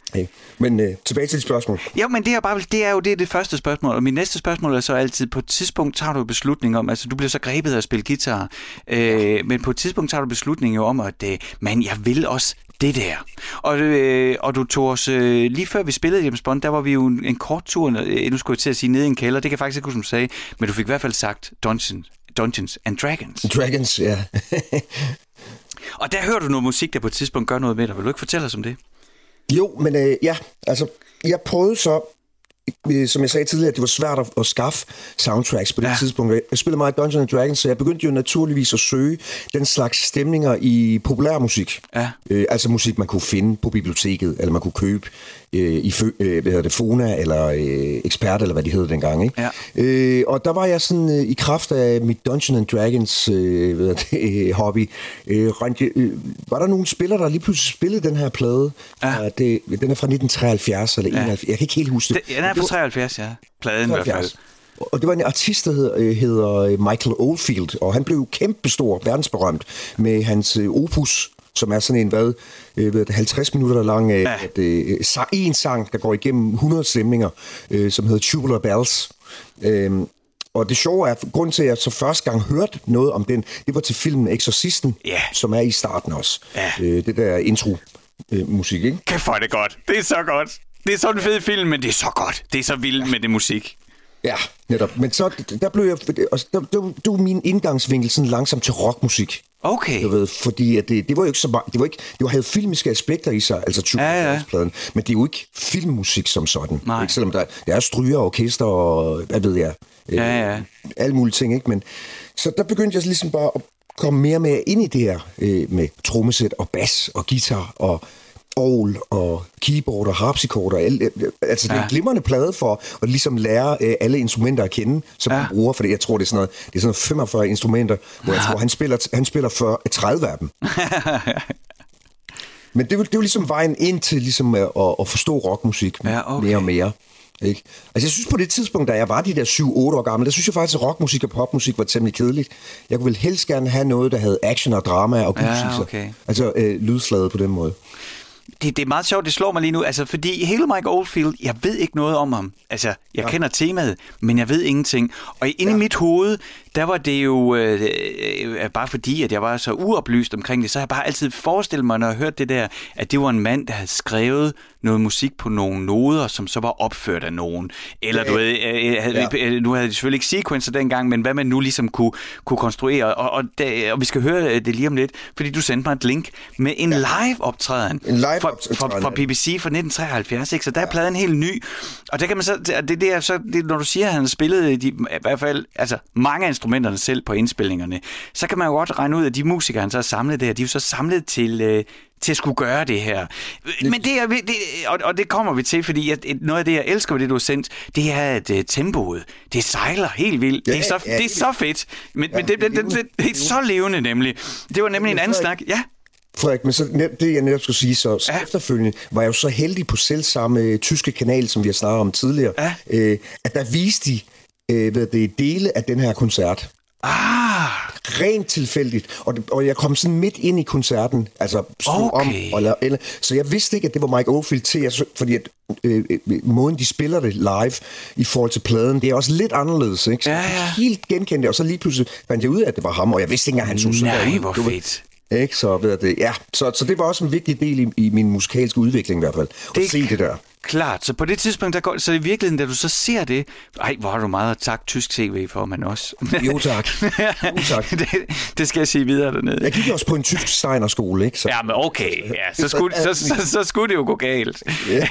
S2: Men tilbage til dit spørgsmål.
S1: Ja, men det er jo det første spørgsmål, og mit næste spørgsmål er så altid, på et tidspunkt tager du beslutning om, altså du bliver så grebet af at spille guitar, men på et tidspunkt tager du beslutning jo om, at jeg vil også det der. Og du tog os, lige før vi spillede James Bond, der var vi jo en kort tur, nu skulle jeg til at sige nede i en kælder, det kan jeg faktisk ikke huske, som du sagde, men du fik i hvert fald sagt Dungeons and Dragons.
S2: Dragons, ja.
S1: Og der hører du noget musik, der på et tidspunkt gør noget med dig. Vil du ikke fortælle os om det?
S2: Jo, men altså, jeg prøvede så, som jeg sagde tidligere, at det var svært at skaffe soundtracks på det tidspunkt. Jeg spillede meget Dungeons and Dragons, så jeg begyndte jo naturligvis at søge den slags stemninger i populærmusik. Ja. Altså musik, man kunne finde på biblioteket, eller man kunne købe i Fona, eller Ekspert, eller hvad de hed dengang. Ikke? Ja. Og der var jeg sådan, i kraft af mit Dungeons and Dragons hobby, var der nogle spillere, der lige pludselig spillede den her plade. Ja. Den er fra 1973, eller 71. Jeg kan ikke helt huske det.
S1: Den er fra 73, pladen 73. I hvert fald.
S2: Og det var en artist, der hedder Michael Oldfield, og han blev kæmpestor, verdensberømt, med hans opus, som er sådan en, 50 minutter lang, en sang, der går igennem 100 stemninger, som hedder Tubular Bells. Og det sjove er, grunden til, at jeg så første gang hørte noget om den, det var til filmen Exorcisten, som er i starten også. Det der intro-musik, ikke?
S1: Kæft for det godt. Det er så godt. Det er sådan en fed film, men det er så godt. Det er så vildt med det musik.
S2: Ja, netop. Men så der blev jeg, det var min indgangsvinkel sådan langsomt til rockmusik.
S1: Okay.
S2: Jeg ved, fordi at det var jo ikke så meget, det havde filmiske aspekter i sig, altså pladen, men det er jo ikke filmmusik som sådan. Ikke? Selvom der er stryger og orkester og hvad ved jeg, alle mulige ting, ikke? Men så der begyndte jeg ligesom bare at komme mere og mere ind i det her med trommesæt og bas og guitar og orgel og keyboard og harpsichord og altså det er en glimrende plade for at ligesom lære alle instrumenter at kende, som man bruger, fordi jeg tror det er sådan noget 45 instrumenter, hvor jeg tror han spiller 30 af dem. Men det var ligesom vejen ind til ligesom at forstå rockmusik mere og mere. Ikke? Altså jeg synes på det tidspunkt, da jeg var de der 7-8 år gammel, der synes jeg faktisk, at rockmusik og popmusik var temmelig kedeligt. Jeg kunne vel helst gerne have noget, der havde action og drama og musik. Altså lydflade på den måde.
S1: Det er meget sjovt, det slår mig lige nu, altså fordi hele Mike Oldfield, jeg ved ikke noget om ham. Altså, jeg kender temaet, men jeg ved ingenting. Og inde i mit hoved, der var det jo, bare fordi, at jeg var så uoplyst omkring det, så har jeg bare altid forestillet mig, når jeg hørte det der, at det var en mand, der havde skrevet noget musik på nogle noder, som så var opført af nogen. Eller du ved, nu havde de selvfølgelig ikke sequencer dengang, men hvad man nu ligesom kunne konstruere. Og vi skal høre det lige om lidt, fordi du sendte mig et link med en live-optræden fra BBC fra 1973, ikke? Så der er pladen helt ny. Og der kan man så, når du siger, at han har spillet i hvert fald altså mange af instrumenterne selv på indspilningerne, så kan man jo godt regne ud, at de musikere, han så har samlet der, de er jo så samlet til at skulle gøre det her. Men og det kommer vi til, fordi noget af det, jeg elsker ved det, du har sendt, det er, at tempoet, det sejler helt vildt. Ja, det er så fedt. Men det er så levende, nemlig. Det var nemlig en anden snak. Ja.
S2: Frederik, men så det, jeg netop skulle sige, så efterfølgende var jeg jo så heldig på selv samme tyske kanal, som vi har snakket om tidligere, at der viste de dele af den her koncert. Rent tilfældigt. Og jeg kom sådan midt ind i koncerten, altså så jeg vidste ikke, at det var Mike Oldfield til, fordi at måden, de spiller det live i forhold til pladen, det er også lidt anderledes, ikke? Så helt genkendt det, og så lige pludselig fandt jeg ud af, at det var ham, og jeg vidste ikke engang, han så sådan der ud.
S1: Nej, hvor fedt.
S2: Ikke? Så det var også en vigtig del i min musikalske udvikling i hvert fald, at se det der.
S1: Klart, så på det tidspunkt, så i virkeligheden, da du så ser det, hvor har du meget tak tysk tv for, man også.
S2: Jo tak.
S1: det skal jeg sige videre dernede. Jeg
S2: gik også på en tysk Steiner-skole, ikke? Så.
S1: Ja, men okay, ja, så skulle det jo gå galt.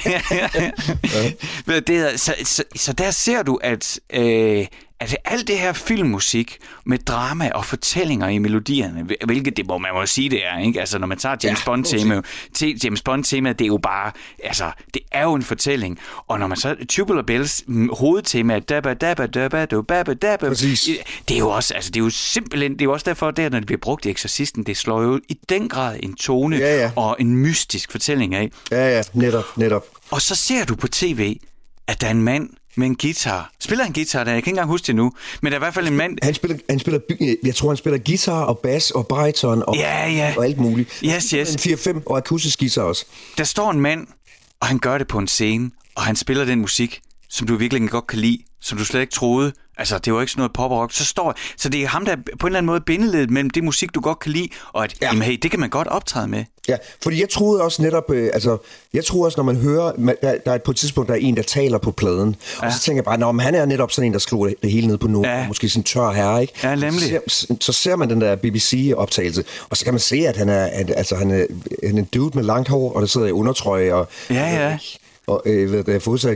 S1: Så der ser du, at alt det her filmmusik med drama og fortællinger i melodierne, hvilket det man må sige, det er, ikke? Altså, når man tager James Bond-temaet, det er jo bare, altså, det er jo en fortælling. Og når man så Tubular Bells hovedtema, dabba, dabba, dabba, dabba, dabba, det er jo også, altså, det er jo simpelthen, det er jo også derfor, når det bliver brugt i Exorcisten, det slår jo i den grad en tone og en mystisk fortælling af.
S2: Ja, netop.
S1: Og så ser du på tv, at der er en mand med en guitar. Spiller en guitar, der jeg kan ikke engang huske det nu, men der er i hvert fald en mand.
S2: Jeg tror, han spiller guitar og bass og bariton og alt muligt.
S1: Yes.
S2: 4-5 og akustisk guitar også.
S1: Der står en mand, og han gør det på en scene, og han spiller den musik, som du virkelig godt kan lide, som du slet ikke troede. Altså, det var ikke sådan noget pop og rock. Så det er ham, der på en eller anden måde bindeledet mellem det musik, du godt kan lide, og at, jamen hey, det kan man godt optræde med.
S2: Ja, fordi jeg troede også netop, når man hører, der er på et tidspunkt, der er en, der taler på pladen, og så tænker jeg bare, men han er netop sådan en, der skriver det hele ned på noter, måske sådan en tør herre, ikke?
S1: Ja, nemlig.
S2: Så ser man den der BBC-optagelse, og så kan man se, at han er en dude med langt hår, og der sidder i undertrøje, og fået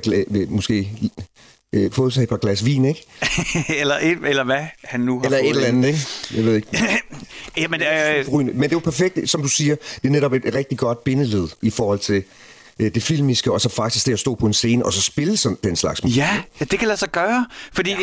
S2: sig et par glas vin, ikke?
S1: eller hvad han nu har
S2: eller
S1: fået.
S2: Eller et eller andet, ikke? Jeg ved ikke. Men det er jo perfekt, som du siger, det er netop et rigtig godt bindeled i forhold til det filmiske, og så faktisk det at stå på en scene, og så spille sådan den slags musik.
S1: Ja, det kan lade sig gøre, fordi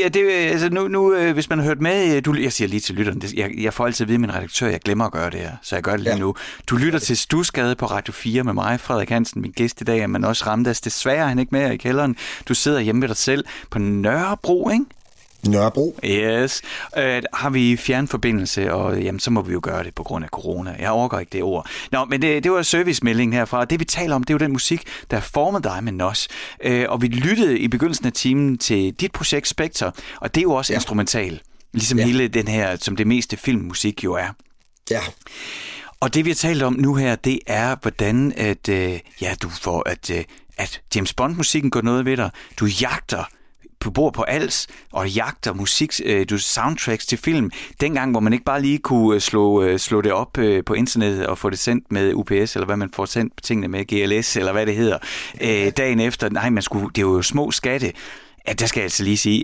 S1: nu hvis man har hørt med, jeg siger lige til lytteren, jeg får altid at vide min redaktør, jeg glemmer at gøre det her, så jeg gør det lige nu. Du lytter til Stusgade på Radio 4 med mig, Frederik Hansen, min gæst i dag, men også Ramdas. Desværre er han ikke med i kælderen. Du sidder hjemme ved dig selv på Nørrebro, ikke?
S2: Nørrebro.
S1: Yes. Har vi fjernforbindelse, og jamen, så må vi jo gøre det på grund af corona. Jeg overgår ikke det ord. Nå, men det var servicemeldingen herfra. Det vi taler om, det er jo den musik, der former dig med NOS. Og vi lyttede i begyndelsen af timen til dit projekt Spectre, og det er jo også instrumental. Ligesom hele den her, som det meste filmmusik jo er. Ja. Og det vi har talt om nu her, det er, hvordan du får, at James Bond-musikken går noget ved dig. Du jagter bor på Als og jagter musik, soundtracks til film. Dengang, hvor man ikke bare lige kunne slå det op på internettet og få det sendt med UPS, eller hvad man får sendt tingene med, GLS, eller hvad det hedder, dagen efter. Nej, det er jo små skatte. Ja, der skal jeg altså lige sige,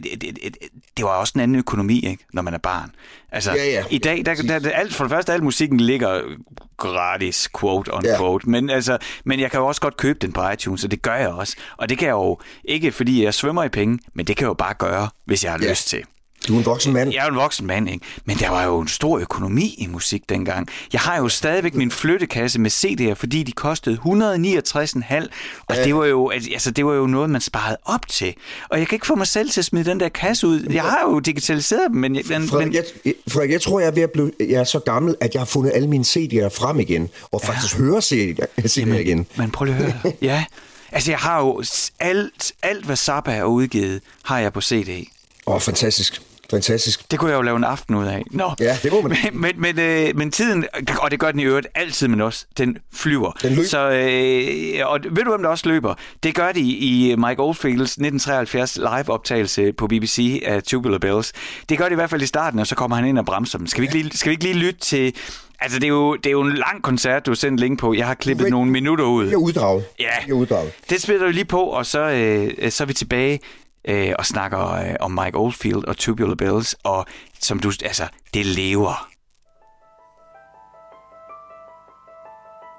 S1: det var også en anden økonomi, ikke, når man er barn. Altså, i dag, for det første, al musikken ligger gratis, quote on quote, men jeg kan jo også godt købe den på iTunes, og det gør jeg også. Og det kan jeg jo ikke, fordi jeg svømmer i penge, men det kan jeg jo bare gøre, hvis jeg har lyst til.
S2: Du er en voksen mand.
S1: Jeg er en voksen mand, ikke? Men der var jo en stor økonomi i musik dengang. Jeg har jo stadigvæk min flyttekasse med CD'er, fordi de kostede 169,5. Og det var jo noget, man sparede op til. Og jeg kan ikke få mig selv til at smide den der kasse ud. Jeg har jo digitaliseret dem, men...
S2: Frederik, jeg tror, jeg er så gammel, at jeg har fundet alle mine CD'er frem igen, og faktisk hører CD'er igen.
S1: Men prøv lige at høre. Ja. Altså, jeg har jo alt hvad Zappa er udgivet, har jeg på CD.
S2: Fantastisk.
S1: Det kunne jeg jo lave en aften ud af. Nå.
S2: Ja, det må man.
S1: Men tiden, og det gør den i øvrigt altid, men også, den flyver.
S2: Den løber.
S1: Så, og ved du, hvem der også løber? Det gør de i Mike Oldfields 1973 live-optagelse på BBC af Tubular Bells. Det gør de i hvert fald i starten, og så kommer han ind og bremser dem. Skal vi ikke lige lytte til... Altså, det er jo en lang koncert, du har sendt link på. Jeg har klippet nogle minutter ud.
S2: Jeg er uddraget.
S1: Ja, det spiller du lige på, og så er vi tilbage... og snakker om Mike Oldfield og Tubular Bells, og som du, altså, det lever.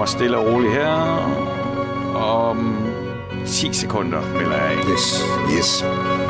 S1: kommer stille og roligt her. Om 10 sekunder, melder jeg ikke.
S2: Yes.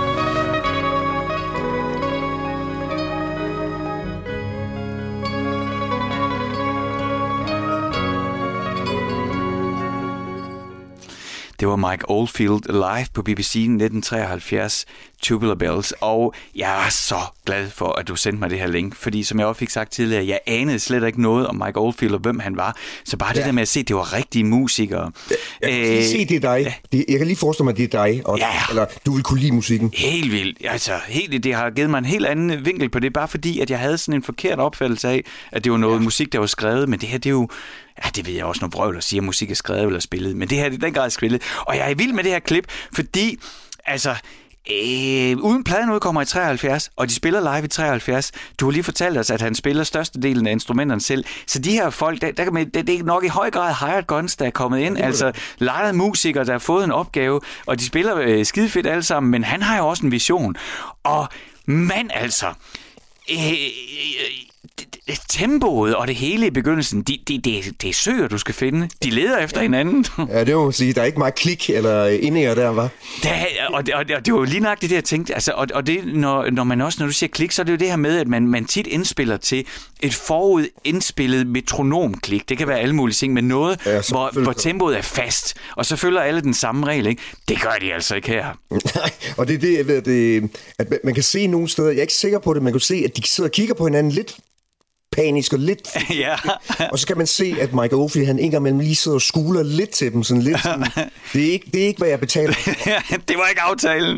S1: Det var Mike Oldfield live på BBC 1973, Tubular Bells, og jeg er så glad for, at du sendte mig det her link, fordi som jeg også fik sagt tidligere, jeg anede slet ikke noget om Mike Oldfield og hvem han var, så bare det der med at se, at det var rigtige musikere.
S2: Jeg kan lige se, det er dig. Ja. Jeg kan lige forestille mig, at det er dig, og, eller du vil kunne lide musikken.
S1: Helt vildt. Altså, det har givet mig en helt anden vinkel på det, bare fordi, at jeg havde sådan en forkert opfattelse af, at det var noget musik, der var skrevet, men det her, det er jo... Ja, det ved jeg også, når vrøvler siger, at musik er skrevet eller spillet. Men det her, det er den grad spillet. Og jeg er vild med det her klip, fordi, altså, uden pladen udkommer i 73, og de spiller live i 73. Du har lige fortalt os, at han spiller størstedelen af instrumenterne selv. Så de her folk, det er nok i høj grad hired guns, der er kommet ind. Altså, lejede musikere, der har fået en opgave, og de spiller skidefedt alle sammen, men han har jo også en vision. Og mand altså... tempoet og det hele i begyndelsen, det er søer, du skal finde. De leder efter hinanden.
S2: Ja, det må man sige. Der er ikke meget klik eller indære der, var.
S1: Og det var jo lige nok det, jeg tænkte. Altså, og det, når man også, når du siger klik, så er det jo det her med, at man tit indspiller til et forudindspillet metronomklik. Det kan være alle mulige ting, men noget, hvor tempoet er fast. Og så følger alle den samme regel, ikke? Det gør de altså ikke her.
S2: Nej, og det er det, jeg ved, at man kan se nogle steder, jeg er ikke sikker på det, man kan se, at de sidder og kigger på hinanden lidt panisk og lidt...
S1: Ja.
S2: Og så kan man se, at Mike Oldfield, han en gang imellem lige sidder og skuler lidt til dem. Sådan lidt sådan, det er ikke, hvad jeg betaler.
S1: Det var ikke aftalen.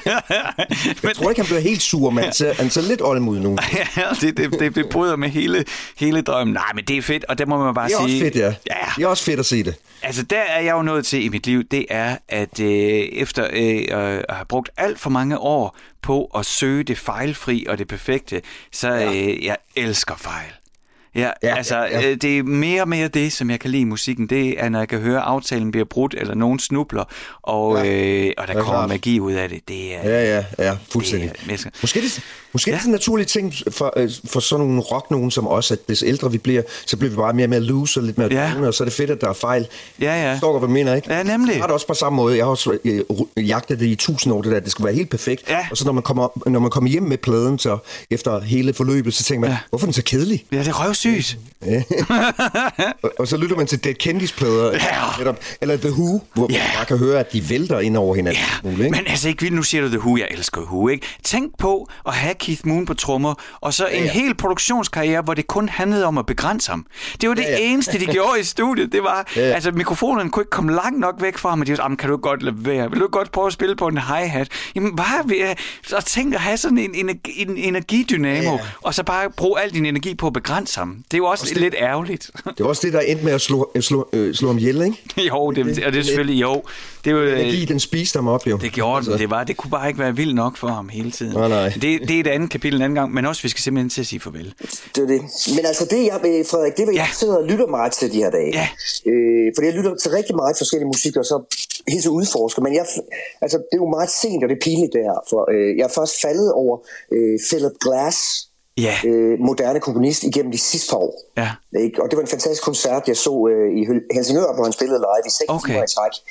S2: Jeg tror ikke, han bliver helt sur, men han ser lidt olm ud nu.
S1: Det bryder med hele drømmen. Nej, men det er fedt, og det må man bare sige...
S2: Det er også fedt, ja. Det er også fedt at se det.
S1: Altså, der er jeg jo nået til i mit liv, det er, at efter at have brugt alt for mange år på at søge det fejlfri og det perfekte, så jeg elsker fejl. Det er mere og mere det, som jeg kan lide i musikken, det er, når jeg kan høre, at aftalen bliver brudt, eller nogen snubler, og der kommer magi ud af det. Det er,
S2: ja, fuldstændig. Måske er det en naturlig ting for sådan nogle rock-nogen som os, at des ældre vi bliver, så bliver vi bare mere og mere loose og lidt mere drone, og så er det fedt, at der er fejl.
S1: Ja.
S2: Forstår du, hvad jeg mener, ikke?
S1: Ja, nemlig.
S2: Jeg har det også på samme måde. Jeg har også jagtet det i 1000 år, det der. Det skal være helt perfekt. Ja. Og så når man kommer hjem med pladen, så efter hele forløbet, så tænker man, hvorfor er den så kedelig?
S1: Ja, det er røvsygt.
S2: Ja. og så lytter man til Dead Kennedys plader, eller The Who, hvor man bare kan høre, at de vælter ind over hinanden.
S1: Men altså ikke vildt, nu siger du The Who, jeg elsker Who, ikke? Tænk på at have Keith Moon på trommer, og så en hel produktionskarriere, hvor det kun handlede om at begrænse ham. Det var det eneste, de gjorde i studiet. Det var, altså mikrofonen kunne ikke komme langt nok væk fra ham, og de var, kan du godt lade være? Vil du godt prøve at spille på en hi-hat? Jamen bare så tænk at have sådan en energidynamo, og så bare bruge al din energi på at begrænse ham. Det er jo også lidt ærgerligt.
S2: Det var også det, der endte med at slå ham ihjel, ikke?
S1: Jo, det er selvfølgelig, jo. Det var,
S2: energi, den spiste ham op, jo.
S1: Det gjorde den. Det kunne bare ikke være vildt nok for ham hele tiden.
S2: Nej.
S1: Det er et andet kapitel en anden gang, men også, vi skal simpelthen til at sige farvel.
S3: Det er det. Men altså det, Frederik, det vil jeg sidder og lytter meget til de her dage. Ja. Fordi jeg lytter til rigtig meget forskellige musik, og så helt så udforsker. Men det er jo meget sent, og det er pinligt det her. For jeg er først faldet over Philip Glass, moderne komponist, igennem de sidste par år. Ja. Og det var en fantastisk koncert, jeg så i Helsingør, hvor han spillede live i 6 timer i træk.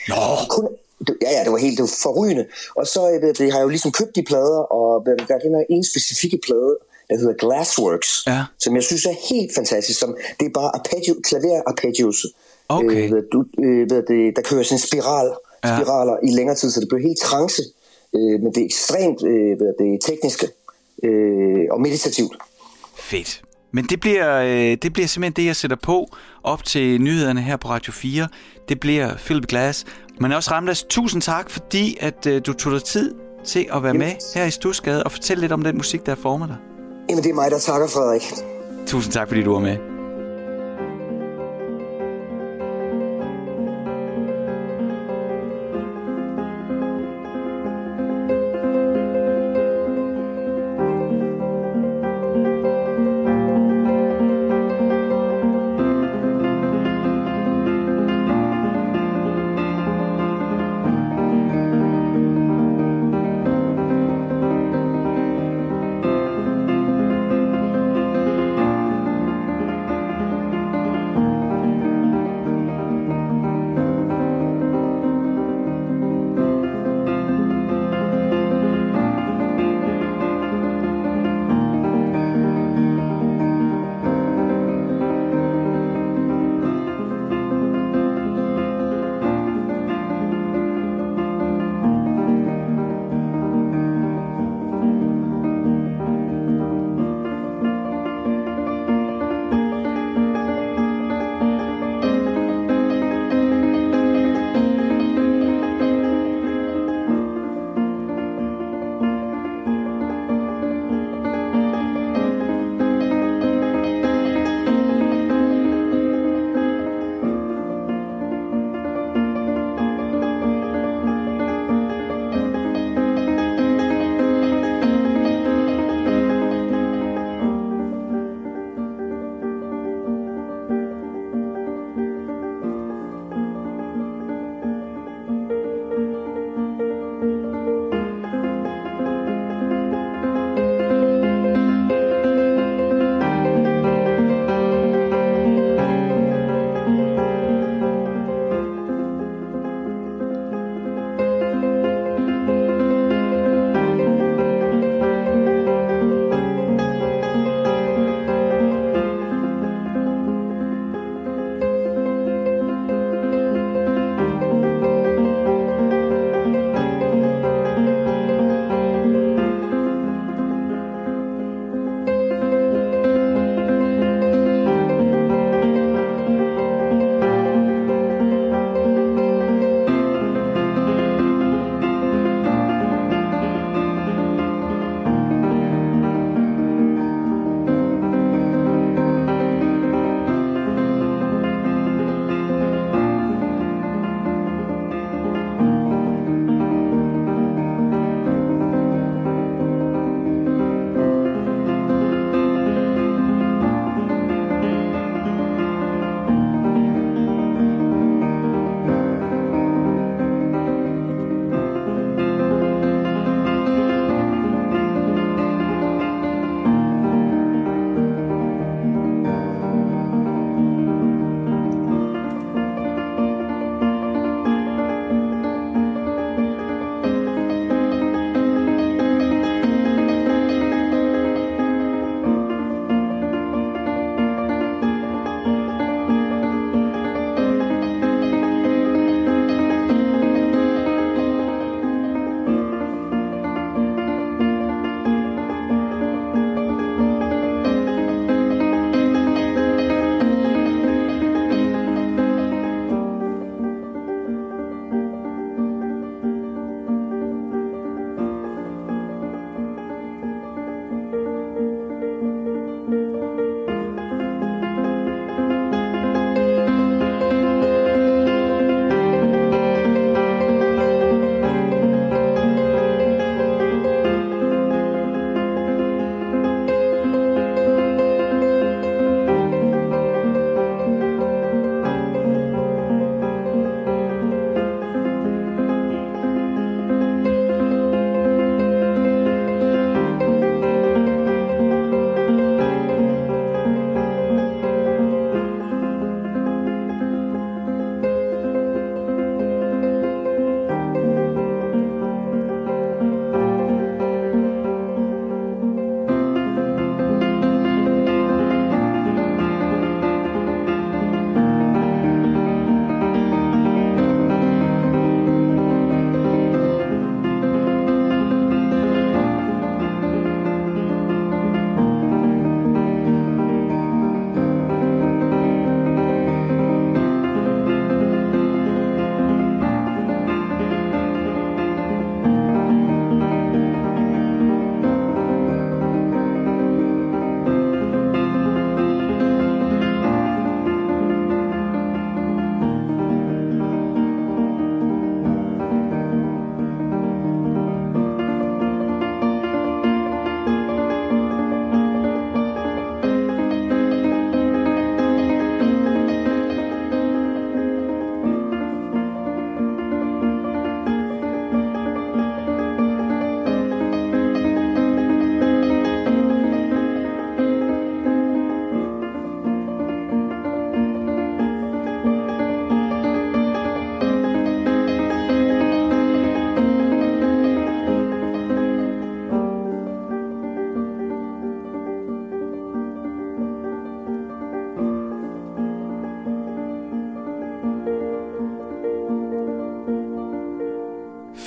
S3: Det var helt forrygende. Og så har jeg jo ligesom købt de plader, og der er den her en specifikke plade, der hedder Glassworks, som jeg synes er helt fantastisk. Det er bare klaver arpeggios. Okay. Der kører sådan en spiraler i længere tid, så det bliver helt trance. Men det er ekstremt tekniske og meditativt.
S1: Fedt. Men det bliver simpelthen det, jeg sætter på op til nyhederne her på Radio 4. Det bliver Philip Glass. Men også Ramdas, tusind tak, fordi at du tog dig tid til at være med her i Studsgade og fortælle lidt om den musik, der former dig.
S3: Jamen, det er mig, der takker, Frederik.
S1: Tusind tak, fordi du var med.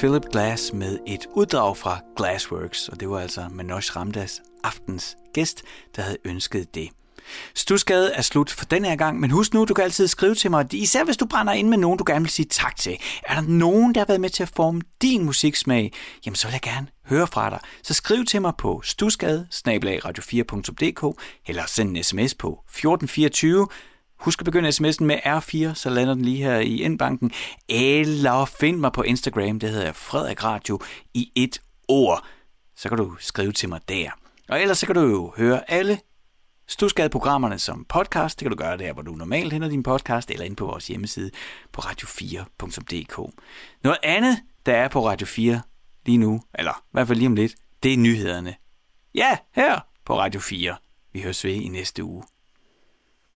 S1: Philip Glass med et uddrag fra Glassworks, og det var altså Manoj Ramdas aftens gæst, der havde ønsket det. Studsgade er slut for den her gang, men husk nu, du kan altid skrive til mig, især hvis du brænder ind med nogen, du gerne vil sige tak til. Er der nogen, der har været med til at forme din musiksmag, jamen så vil jeg gerne høre fra dig. Så skriv til mig på studsgade@radio4.dk eller send en sms på 1424. Husk at begynde sms'en med R4, så lander den lige her i indbanken. Eller find mig på Instagram, det hedder Frederik Radio i et ord. Så kan du skrive til mig der. Og ellers så kan du jo høre alle Studsgade-programmerne som podcast. Det kan du gøre der, hvor du normalt henter din podcast, eller inde på vores hjemmeside på radio4.dk. Noget andet, der er på Radio 4 lige nu, eller i hvert fald lige om lidt, det er nyhederne. Ja, her på Radio 4. Vi høres ved i næste uge.